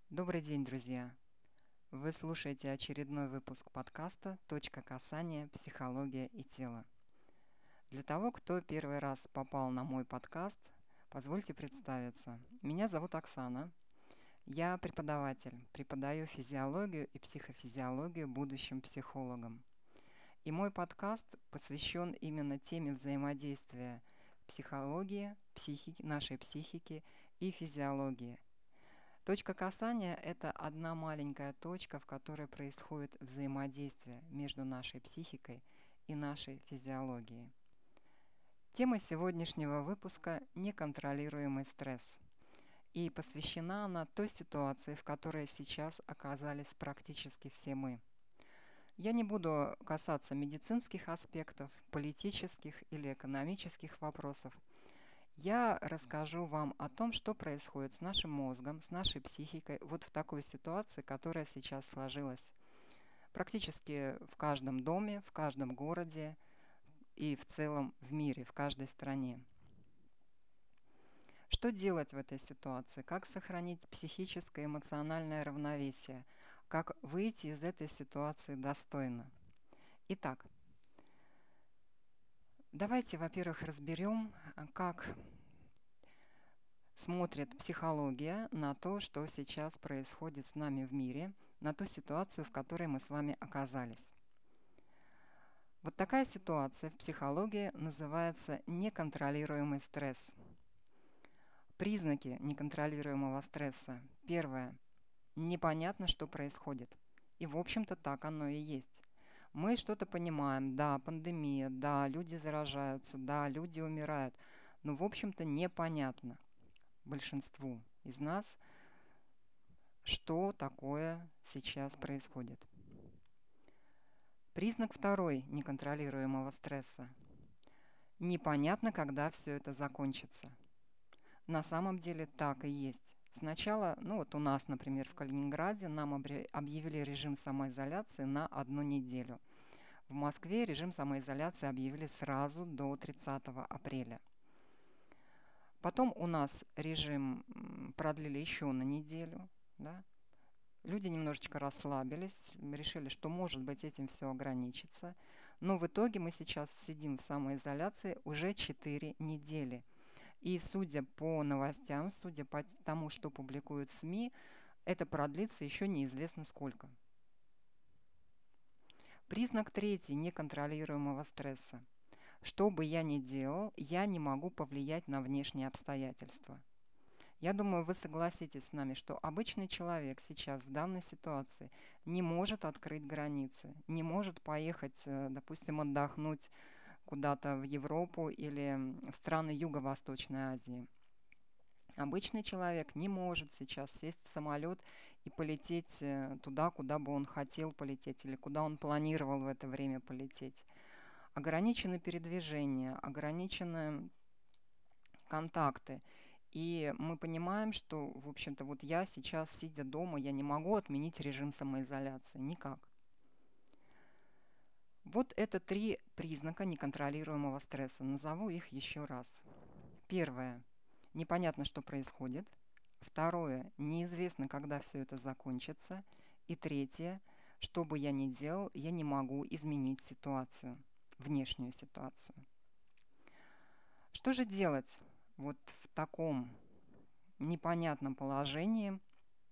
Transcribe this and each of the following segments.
Добрый день, друзья! Вы слушаете очередной выпуск подкаста «Точка касания. Психология и тело». Для того, кто первый раз попал на мой подкаст, позвольте представиться. Меня зовут Оксана. Я преподаватель, преподаю физиологию и психофизиологию будущим психологам. И мой подкаст посвящен именно теме взаимодействия психологии, нашей психики и физиологии. Точка касания – это одна маленькая точка, в которой происходит взаимодействие между нашей психикой и нашей физиологией. Тема сегодняшнего выпуска – неконтролируемый стресс. И посвящена она той ситуации, в которой сейчас оказались практически все мы. Я не буду касаться медицинских аспектов, политических или экономических вопросов. Я расскажу вам о том, что происходит с нашим мозгом, с нашей психикой вот в такой ситуации, которая сейчас сложилась практически в каждом доме, в каждом городе и в целом в мире, в каждой стране. Что делать в этой ситуации? Как сохранить психическое и эмоциональное равновесие? Как выйти из этой ситуации достойно? Итак, давайте, во-первых, разберем, как смотрит психология на то, что сейчас происходит с нами в мире, на ту ситуацию, в которой мы с вами оказались. Вот такая ситуация в психологии называется неконтролируемый стресс. Признаки неконтролируемого стресса. Первое. Непонятно, что происходит. И, в общем-то, так оно и есть. Мы что-то понимаем, да, пандемия, да, люди заражаются, да, люди умирают, но, в общем-то, непонятно большинству из нас, что такое сейчас происходит. Признак второй неконтролируемого стресса. Непонятно, когда все это закончится. На самом деле так и есть. Сначала, вот у нас, например, в Калининграде нам объявили режим самоизоляции на 1 неделю. В Москве режим самоизоляции объявили сразу до 30 апреля. Потом у нас режим продлили еще на неделю. Да? Люди немножечко расслабились, решили, что, может быть, этим все ограничится. Но в итоге мы сейчас сидим в самоизоляции уже 4 недели. И судя по новостям, судя по тому, что публикуют СМИ, это продлится еще неизвестно сколько. Признак третий неконтролируемого стресса. Что бы я ни делал, я не могу повлиять на внешние обстоятельства. Я думаю, вы согласитесь с нами, что обычный человек сейчас в данной ситуации не может открыть границы, не может поехать, допустим, отдохнуть куда-то в Европу или в страны Юго-Восточной Азии. Обычный человек не может сейчас сесть в самолет и полететь туда, куда бы он хотел полететь или куда он планировал в это время полететь. Ограничены передвижения, ограничены контакты. И мы понимаем, что, в общем-то, вот я сейчас, сидя дома, я не могу отменить режим самоизоляции. Никак. Вот это 3 признака неконтролируемого стресса. Назову их еще раз. Первое. Непонятно, что происходит. Второе. Неизвестно, когда все это закончится. И третье. Что бы я ни делал, я не могу изменить ситуацию, внешнюю ситуацию. Что же делать вот в таком непонятном положении,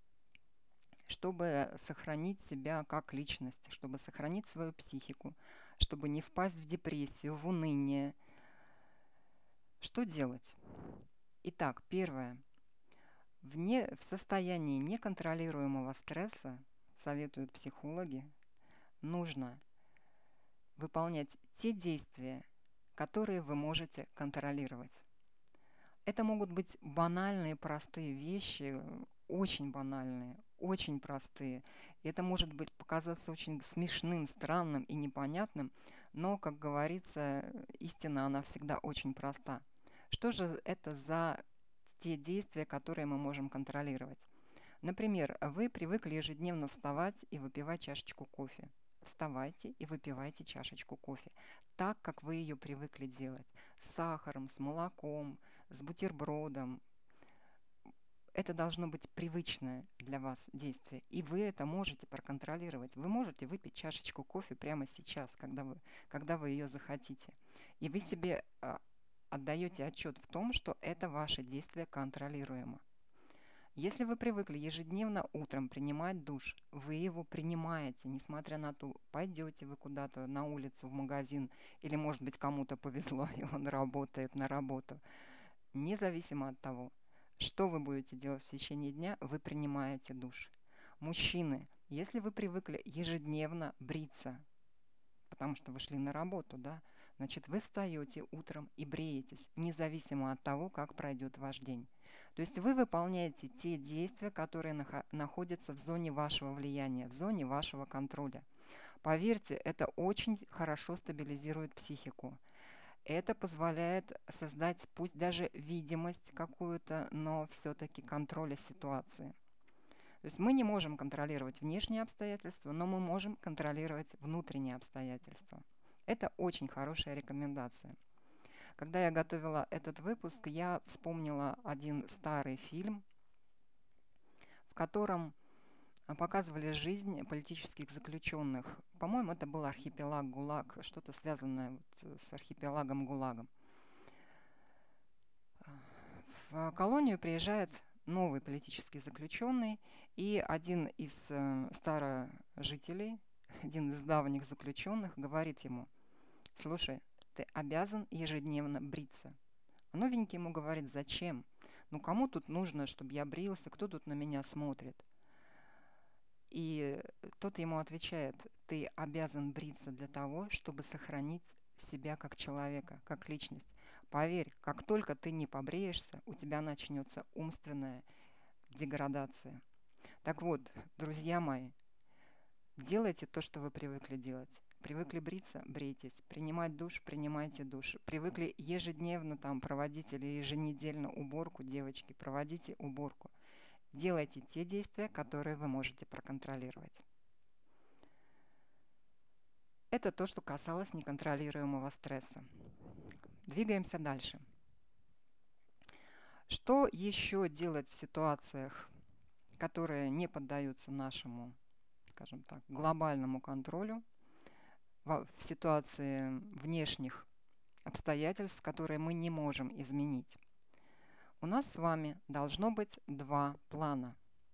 чтобы сохранить себя как личность, чтобы сохранить свою психику, чтобы не впасть в депрессию, в уныние? Что делать? Итак, первое. В состоянии неконтролируемого стресса, советуют психологи, нужно выполнять те действия, которые вы можете контролировать. Это могут быть банальные, простые вещи, очень банальные, очень простые. И это может быть показаться очень смешным, странным и непонятным, но, как говорится, истина, она всегда очень проста. Что же это за те действия, которые мы можем контролировать? Например, вы привыкли ежедневно вставать и выпивать чашечку кофе. Вставайте и выпивайте чашечку кофе, так, как вы ее привыкли делать. С сахаром, с молоком, с бутербродом. Это должно быть привычное для вас действие, и вы это можете проконтролировать. Вы можете выпить чашечку кофе прямо сейчас, когда вы ее захотите. И вы себе отдаете отчет в том, что это ваше действие контролируемо. Если вы привыкли ежедневно утром принимать душ, вы его принимаете, несмотря на то, пойдете вы куда-то на улицу, в магазин, или, может быть, кому-то повезло, и он работает на работу. Независимо от того, что вы будете делать в течение дня, вы принимаете душ. Мужчины, если вы привыкли ежедневно бриться, потому что вы шли на работу, да, значит, вы встаете утром и бреетесь, независимо от того, как пройдет ваш день. То есть вы выполняете те действия, которые находятся в зоне вашего влияния, в зоне вашего контроля. Поверьте, это очень хорошо стабилизирует психику. Это позволяет создать пусть даже видимость какую-то, но все-таки контроля ситуации. То есть мы не можем контролировать внешние обстоятельства, но мы можем контролировать внутренние обстоятельства. Это очень хорошая рекомендация. Когда я готовила этот выпуск, я вспомнила один старый фильм, в котором показывали жизнь политических заключенных. По-моему, это был архипелаг ГУЛАГ, что-то связанное вот с архипелагом ГУЛАГом. В колонию приезжает новый политический заключенный, и один из старожителей, один из давних заключенных говорит ему: слушай, ты обязан ежедневно бриться. А новенький ему говорит: зачем? Ну кому тут нужно, чтобы я брился, кто тут на меня смотрит? И тот ему отвечает: ты обязан бриться для того, чтобы сохранить себя как человека, как личность. Поверь, как только ты не побреешься, у тебя начнется умственная деградация. Так вот, друзья мои, делайте то, что вы привыкли делать. Привыкли бриться — брейтесь. Принимать душ — принимайте душ. Привыкли ежедневно там проводить или еженедельно уборку, девочки, проводите уборку. Делайте те действия, которые вы можете проконтролировать. Это то, что касалось неконтролируемого стресса. Двигаемся дальше. Что еще делать в ситуациях, которые не поддаются нашему, скажем так, глобальному контролю, в ситуации внешних обстоятельств, которые мы не можем изменить? У нас с вами должно быть два плана.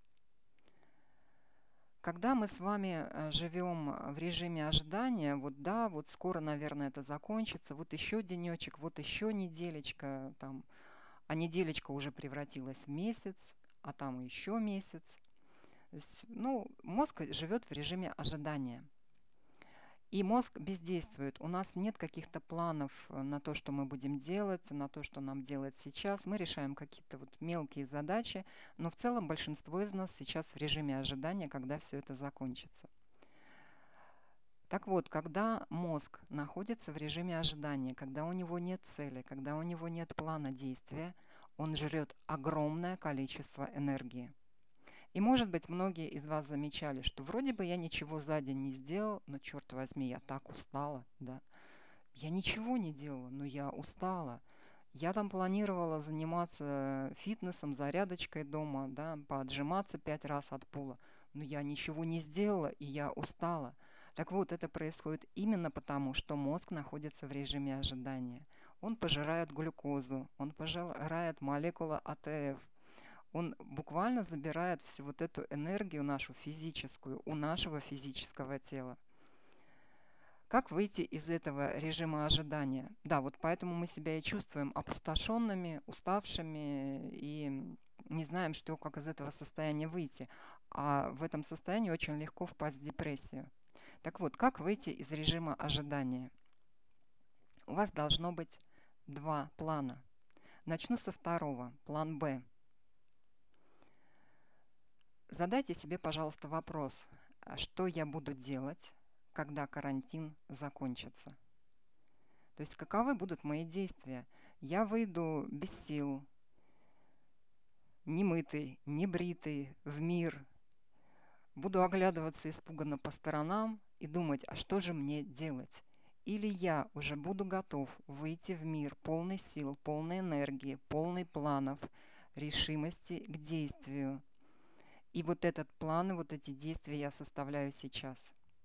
Когда мы с вами живем в режиме ожидания, вот да, вот скоро, наверное, это закончится, вот еще денечек, вот еще неделечка, там, а неделечка уже превратилась в месяц, а там еще месяц. То есть, ну, мозг живет в режиме ожидания. И мозг бездействует. У нас нет каких-то планов на то, что мы будем делать, на то, что нам делать сейчас. Мы решаем какие-то вот мелкие задачи, но в целом большинство из нас сейчас в режиме ожидания, когда все это закончится. Так вот, когда мозг находится в режиме ожидания, когда у него нет цели, когда у него нет плана действия, он жрет огромное количество энергии. И, может быть, многие из вас замечали, что вроде бы я ничего за день не сделал, но, черт возьми, я так устала, да. Я ничего не делала, но я устала. Я там планировала заниматься фитнесом, зарядочкой дома, да, поотжиматься 5 раз от пола, но я ничего не сделала, и я устала. Так вот, это происходит именно потому, что мозг находится в режиме ожидания. Он пожирает глюкозу, он пожирает молекулы АТФ, он буквально забирает всю вот эту энергию нашу физическую у нашего физического тела. Как выйти из этого режима ожидания? Да, вот поэтому мы себя и чувствуем опустошенными, уставшими и не знаем, что, как из этого состояния выйти. А в этом состоянии очень легко впасть в депрессию. Так вот, как выйти из режима ожидания? У вас должно быть два плана. Начну со второго, план Б. Задайте себе, пожалуйста, вопрос: а что я буду делать, когда карантин закончится? То есть каковы будут мои действия? Я выйду без сил, немытый, небритый в мир, буду оглядываться испуганно по сторонам и думать: а что же мне делать? Или я уже буду готов выйти в мир полный сил, полной энергии, полный планов, решимости к действию. И вот этот план, и вот эти действия я составляю сейчас.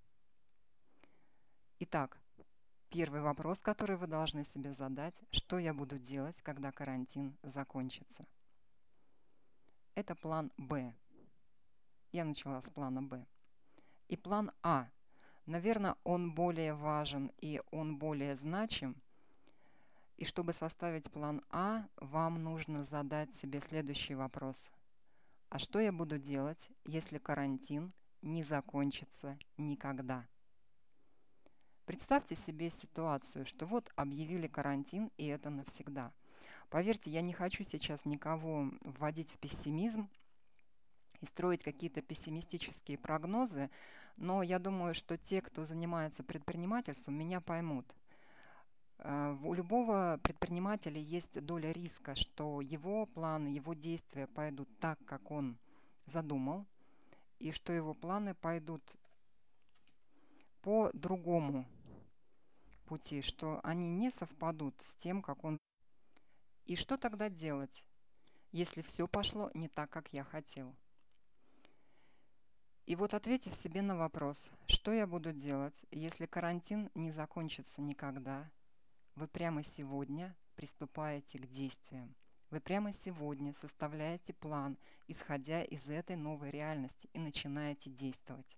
Итак, первый вопрос, который вы должны себе задать, что я буду делать, когда карантин закончится? Это план Б. Я начала с плана Б. И план А. Наверное, он более важен и он более значим. И чтобы составить план А, вам нужно задать себе следующий вопрос. А что я буду делать, если карантин не закончится никогда? Представьте себе ситуацию, что вот объявили карантин, и это навсегда. Поверьте, я не хочу сейчас никого вводить в пессимизм и строить какие-то пессимистические прогнозы, но я думаю, что те, кто занимается предпринимательством, меня поймут. У любого предпринимателя есть доля риска, что его планы, его действия пойдут так, как он задумал, и что его планы пойдут по другому пути, что они не совпадут с тем, как он. И что тогда делать, если все пошло не так, как я хотел? И вот ответив себе на вопрос, что я буду делать, если карантин не закончится никогда, вы прямо сегодня приступаете к действиям. Вы прямо сегодня составляете план, исходя из этой новой реальности, и начинаете действовать.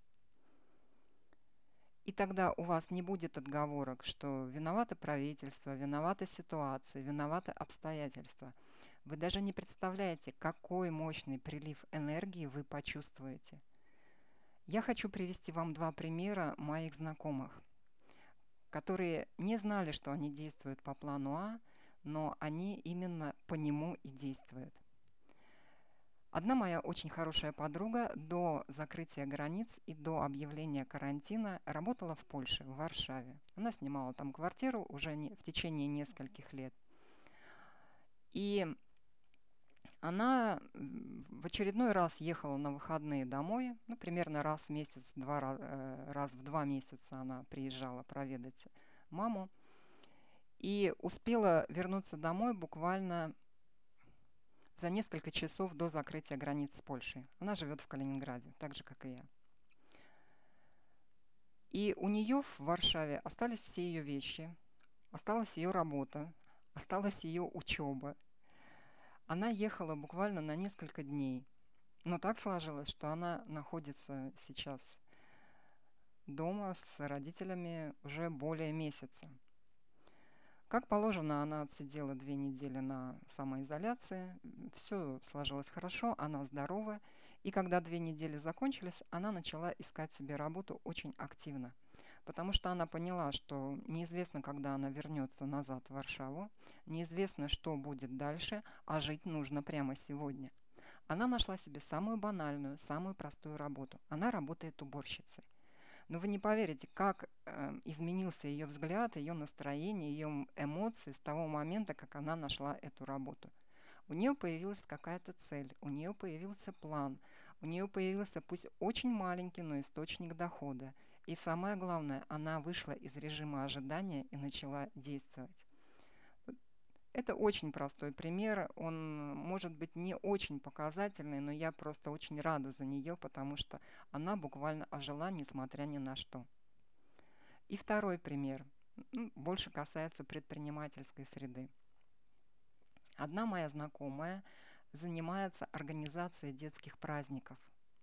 И тогда у вас не будет отговорок, что виновато правительство, виновата ситуация, виноваты обстоятельства. Вы даже не представляете, какой мощный прилив энергии вы почувствуете. Я хочу привести вам два примера моих знакомых, которые не знали, что они действуют по плану А, но они именно по нему и действуют. Одна моя очень хорошая подруга до закрытия границ и до объявления карантина работала в Польше, в Варшаве. Она снимала там квартиру уже в течение нескольких лет. И она в очередной раз ехала на выходные домой, ну, примерно раз в месяц, раз в 2 месяца она приезжала проведать маму. И успела вернуться домой буквально за несколько часов до закрытия границ с Польшей. Она живет в Калининграде, так же, как и я. И у нее в Варшаве остались все ее вещи, осталась ее работа, осталась ее учеба. Она ехала буквально на несколько дней. Но так сложилось, что она находится сейчас дома с родителями уже более месяца. Как положено, она отсидела 2 недели на самоизоляции. Все сложилось хорошо, она здорова. И когда 2 недели закончились, она начала искать себе работу очень активно. Потому что она поняла, что неизвестно, когда она вернется назад в Варшаву, неизвестно, что будет дальше, а жить нужно прямо сегодня. Она нашла себе самую банальную, самую простую работу. Она работает уборщицей. Но вы не поверите, как изменился ее взгляд, ее настроение, ее эмоции с того момента, как она нашла эту работу. У нее появилась какая-то цель, у нее появился план, у нее появился пусть очень маленький, но источник дохода. И самое главное, она вышла из режима ожидания и начала действовать. Это очень простой пример, он может быть не очень показательный, но я просто очень рада за нее, потому что она буквально ожила, несмотря ни на что. И второй пример, больше касается предпринимательской среды. Одна моя знакомая занимается организацией детских праздников.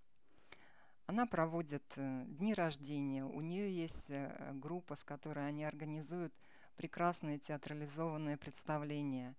Она проводит дни рождения, у нее есть группа, с которой они организуют прекрасные театрализованные представления,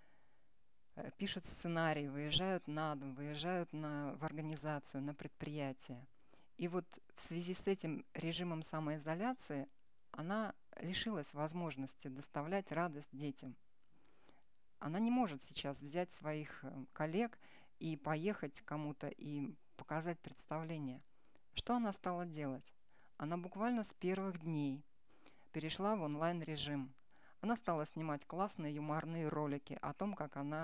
пишут сценарий, выезжают на дом, выезжают в организацию, на предприятие. И вот в связи с этим режимом самоизоляции она лишилась возможности доставлять радость детям. Она не может сейчас взять своих коллег и поехать кому-то и показать представление. Что она стала делать? Она буквально с первых дней перешла в онлайн-режим. Она стала снимать классные юморные ролики о том,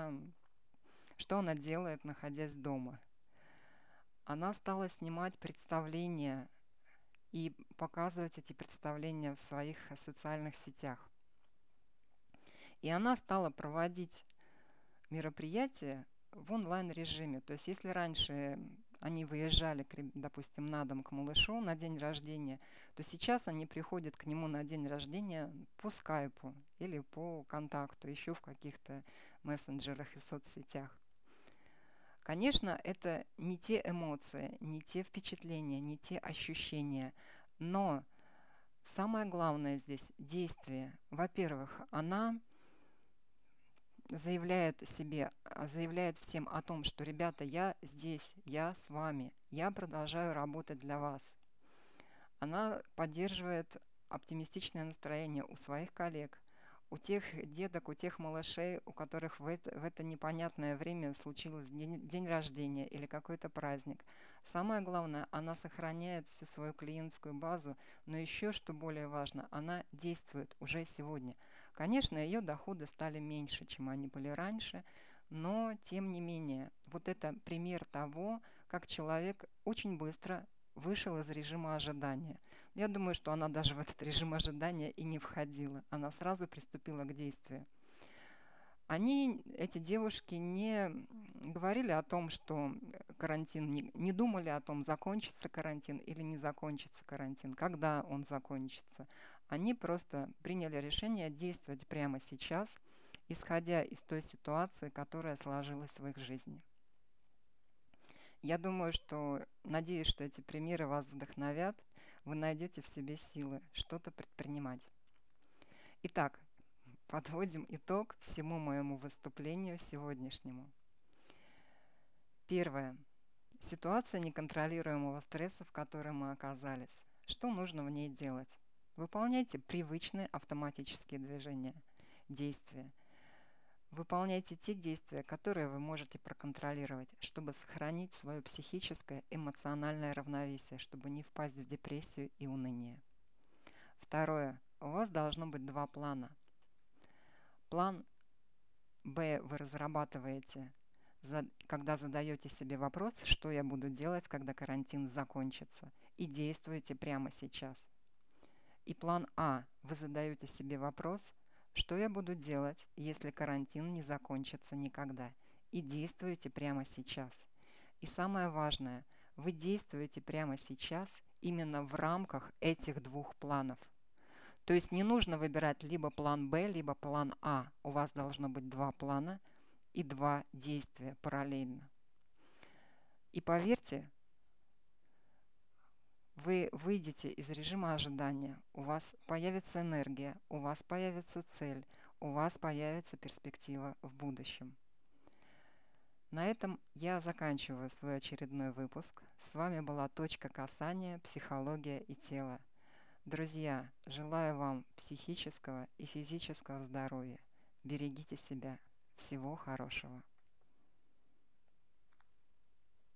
что она делает, находясь дома. Она стала снимать представления и показывать эти представления в своих социальных сетях. И она стала проводить мероприятия в онлайн-режиме. То есть если раньше они выезжали, допустим, на дом к малышу на день рождения, то сейчас они приходят к нему на день рождения по скайпу или по контакту, еще в каких-то мессенджерах и соцсетях. Конечно, это не те эмоции, не те впечатления, не те ощущения, но самое главное здесь действие. Во-первых, она заявляет всем о том, что, ребята, я здесь, я с вами, я продолжаю работать для вас. Она поддерживает оптимистичное настроение у своих коллег, у тех деток, у тех малышей, у которых в это непонятное время случился день рождения или какой-то праздник. Самое главное, она сохраняет всю свою клиентскую базу, но еще, что более важно, она действует уже сегодня. Конечно, ее доходы стали меньше, чем они были раньше, но тем не менее, вот это пример того, как человек очень быстро вышел из режима ожидания. Я думаю, что она даже в этот режим ожидания и не входила. Она сразу приступила к действию. Эти девушки, не говорили о том, что карантин, не думали о том, закончится карантин или не закончится карантин, когда он закончится. Они просто приняли решение действовать прямо сейчас, исходя из той ситуации, которая сложилась в их жизни. Я думаю, надеюсь, что эти примеры вас вдохновят, вы найдете в себе силы что-то предпринимать. Итак, подводим итог всему моему выступлению сегодняшнему. Первое. Ситуация неконтролируемого стресса, в которой мы оказались. Что нужно в ней делать? Выполняйте привычные автоматические движения, действия. Выполняйте те действия, которые вы можете проконтролировать, чтобы сохранить свое психическое, эмоциональное равновесие, чтобы не впасть в депрессию и уныние. Второе. У вас должно быть два плана. План Б вы разрабатываете, когда задаете себе вопрос, что я буду делать, когда карантин закончится, и действуете прямо сейчас. И план А вы задаете себе вопрос, что я буду делать, если карантин не закончится никогда, и действуете прямо сейчас. И самое важное, вы действуете прямо сейчас именно в рамках этих двух планов. То есть не нужно выбирать либо план Б, либо план А. У вас должно быть два плана и два действия параллельно. И поверьте, вы выйдете из режима ожидания, у вас появится энергия, у вас появится цель, у вас появится перспектива в будущем. На этом я заканчиваю свой очередной выпуск. С вами была «Точка касания. Психология и тело». Друзья, желаю вам психического и физического здоровья. Берегите себя. Всего хорошего.